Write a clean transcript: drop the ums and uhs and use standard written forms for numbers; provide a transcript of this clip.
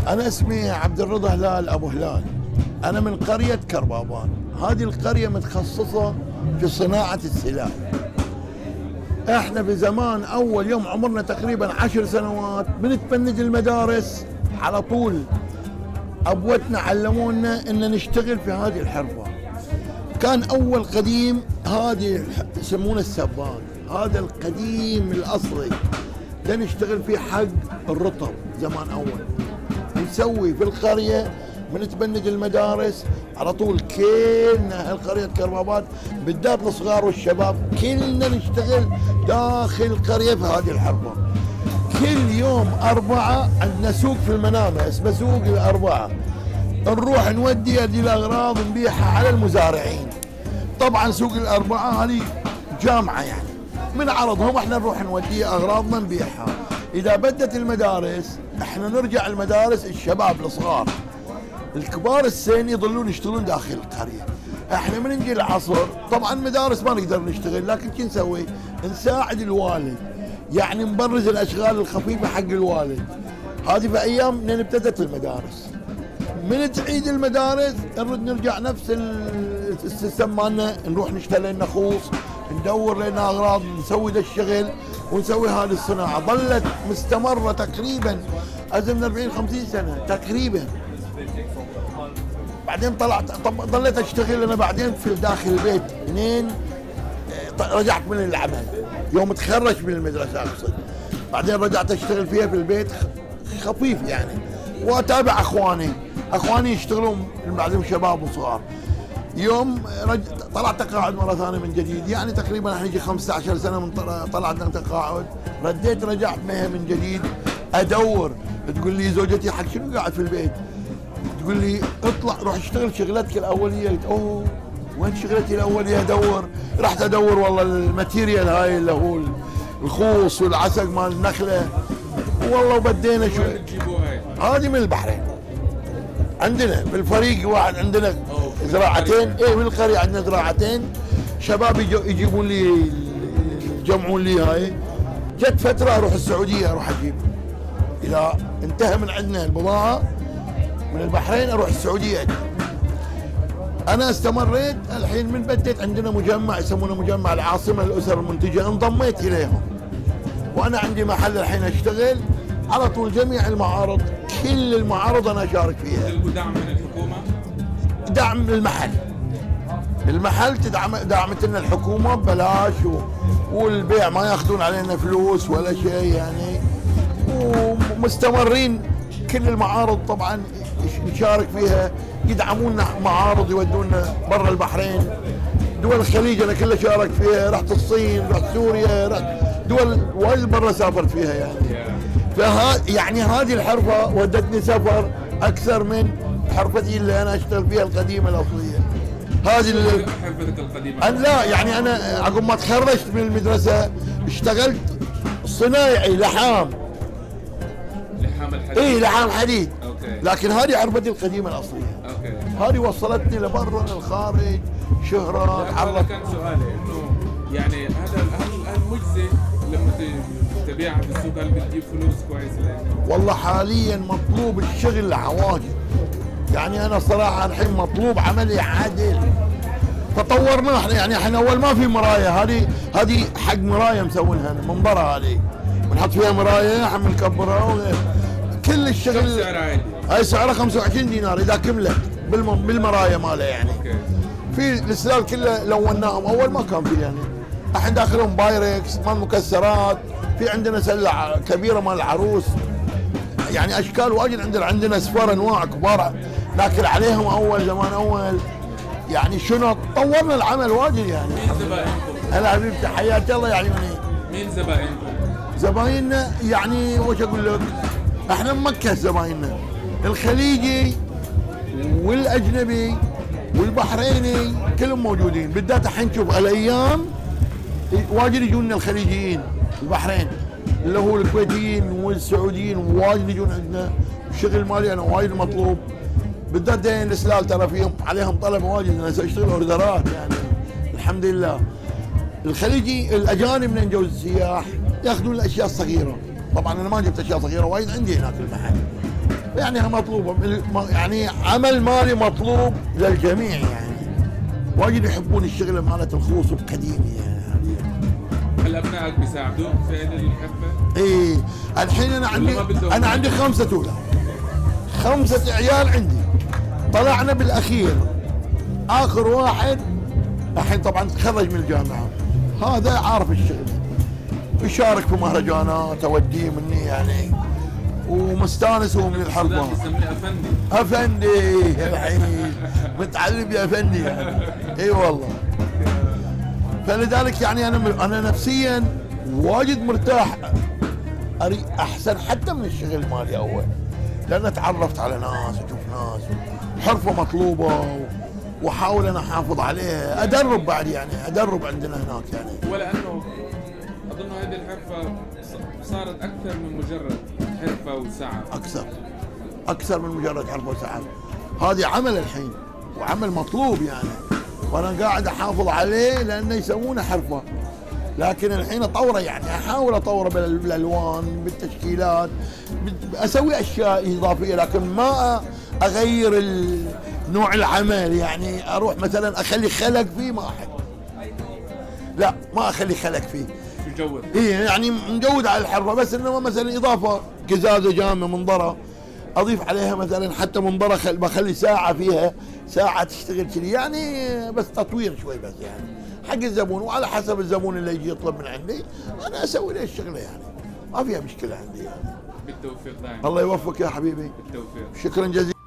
أنا اسمي عبد الرضا هلال أبو هلال. أنا من قرية كربابان. هذه القرية متخصصة في صناعة السلاح. احنا في زمان أول يوم عمرنا تقريبا 10 سنوات بنتفنج المدارس على طول. أبوتنا علمونا إن نشتغل في هذه الحرفة. كان أول قديم هذه يسمونه السبان، هذا القديم الأصلي ده نشتغل فيه حق الرطب زمان أول. نسوي في القرية بنتبنج المدارس على طول، كلنا أهل قرية كربابات بالذات الصغار والشباب كلنا نشتغل داخل القرية في هذه الحرفة. كل يوم 4 عندنا سوق في المنامة اسمه سوق الأربعة، نروح نودي هذه الأغراض نبيعها على المزارعين. طبعا سوق الأربعة هذه جامعة يعني من عرضهم احنا نروح نودي أغراضنا نبيعها. إذا بدت المدارس احنا نرجع المدارس، الشباب الصغار الكبار السن يظلون يشتغلون داخل القرية. احنا من نجي العصر طبعا مدارس ما نقدر نشتغل، لكن شو نسوي؟ نساعد الوالد، يعني نبرز الاشغال الخفيفة حق الوالد. هذه في ايام من ابتدت المدارس. من تعيد المدارس نرد نرجع نفس السيستم مالنا، نروح نشتري لنا خوص، ندور لنا اغراض، نسوي ذا الشغل ونسوي هذه الصناعة. ظلت مستمرة تقريبا أزم من 40-50 سنة تقريبا. بعدين ظليت اشتغل انا بعدين في داخل البيت منين رجعت من العمل يوم تخرج من المدرسة اقصد. بعدين رجعت اشتغل فيها في البيت خفيف يعني، واتابع اخواني يشتغلون بعدهم شباب وصغار. يوم طلعت تقاعد مرة ثانية من جديد، يعني تقريبا احنا نجي 15 سنة من طلعنا تقاعد. رجعت معها من جديد ادور. تقول لي زوجتي حق شنو قاعد في البيت؟ تقول لي اطلع روح اشتغل شغلتك الاوليه. قلت اوه وين شغلتي الاوليه؟ ادور. رحت ادور والله الماتيريال هاي اللي هو الخوص والعسق مال النخله، والله وبدينا شو. هذه من البحرين. عندنا في الفريق واحد عندنا زراعتين، ايه من القريه عندنا زراعتين. شباب يجيبون لي يجمعون لي هاي. جت فتره اروح السعوديه اروح اجيب، اذا انتهى من عندنا البضاعه من البحرين اروح السعوديه. انا استمريت الحين من بديت عندنا مجمع يسمونه مجمع العاصمه للاسر المنتجه، انضميت اليهم وانا عندي محل الحين اشتغل على طول. جميع المعارض كل المعارض انا اشارك فيها. دعم من الحكومه؟ دعم المحل دعمت لنا الحكومه ببلاش، والبيع ما ياخذون علينا فلوس ولا شيء يعني، ومستمرين. كل المعارض طبعا نشارك فيها، يدعمونا معارض يودونا برا البحرين. دول الخليج انا كلها شارك فيها، رحت الصين، رحت سوريا، رحت دول وايد برا سافرت فيها يعني. يعني هذه الحرفه ودتني سفر اكثر من حرفتي اللي انا اشتغل فيها القديمه الاصليه. هذه حرفتك القديمه؟ لا يعني انا عقب ما تخرجت من المدرسه اشتغلت صنايعي لحام الحديد. اي لحام حديد. أوكي. لكن هذه حرفتي القديمه الاصليه. اوكي. هذه وصلتني لبرا للخارج شهرة. هذا كان سؤالي، انه يعني هذا هل مجزي لما تبيعها في السوق؟ هل بتجيب فلوس كويس لك؟ والله حاليا مطلوب الشغل عواجل، يعني انا صراحه الحين مطلوب عملي عادل. فطورنا احنا، يعني احنا اول ما في مرايه، هذه حق مرايه مسوينها منظره، هذه بنحط فيها مرايه احنا بنكبرها كل الشغل. هاي سعرها 25 دينار اذا كملت بالمرايه ماله يعني. اوكي. في السلال كله لوناهم، اول ما كان في يعني. الحين داخلهم بايركس مال مكسرات، في عندنا سله كبيره مال العروس، يعني اشكال واجد. عندنا اسفار انواع كبار ناكل عليهم اول زمان اول، يعني شنو طورنا العمل واجد يعني. مين زباينكم؟ هلا حبيبتي حياتي الله يعني. مين زباينكم؟ زبايننا يعني وش اقول لك، احنا ممكن زبايننا الخليجي والاجنبي والبحريني كلهم موجودين. بالذات الحين شوف الايام واجد يجون الخليجيين البحرين اللي هو الكويتيين والسعوديين، واجد يجون عندنا. الشغل مالي انا وايد مطلوب، بالذات دين الاسلال ترى فيهم عليهم طلب واجد، ناس يشتغلوا اوردرات يعني الحمد لله. الخليجي الاجانب من جو السياح ياخذون الاشياء الصغيره. طبعا انا ما جبت اشياء صغيره وايد عندي هناك المحل، يعني مطلوبه، يعني عمل مالي مطلوب للجميع يعني. واجد يحبون الشغله مالت الخوص القديمه يعني. هل ابنائك بيساعدوك في هذه الحرفه؟ ايه الحين انا عندي 5 أولاد، 5 عيال عندي. طلعنا بالاخير اخر واحد الحين طبعا تخرج من الجامعه، هذا عارف الشغل، يشارك في مهرجانات اوديه مني يعني، ومستانس هو من الحربه. يسميه افندي. افندي الحين متعلم يا افندي يعني. اي والله. فلذلك يعني انا نفسيا واجد مرتاح، احسن حتى من الشغل مالي اول، لان تعرفت على ناس وشوف ناس، حرفه مطلوبه واحاول انا احافظ عليها، ادرب بعد يعني، ادرب عندنا هناك يعني. ولانه اظن هذه الحرفه صارت اكثر من مجرد حرفه وسعه. اكثر من مجرد حرفه وسعه، هذه عمل الحين وعمل مطلوب يعني، وانا قاعد احافظ عليه لانه يسمونه حرفه. لكن الحين اطوره يعني، احاول اطوره بالالوان بالتشكيلات، اسوي اشياء اضافيه، لكن ما اغير نوع العمل يعني. اروح مثلا اخلي خلق فيه، ما احب، لا ما اخلي خلق فيه، مجود. ايه يعني مجود على الحرفه، بس انما مثلا اضافه قزازه جامه منظره اضيف عليها مثلا حتى منظره، بخلي ساعه فيها، ساعه تشتغل كذي يعني، بس تطوير شوي بس يعني حق الزبون، وعلى حسب الزبون اللي يجي يطلب من عندي انا اسوي له الشغله يعني، ما فيها مشكله عندي يعني. بالتوفيق دائما. الله يوفقك يا حبيبي. بالتوفيق. شكرا جزيلا.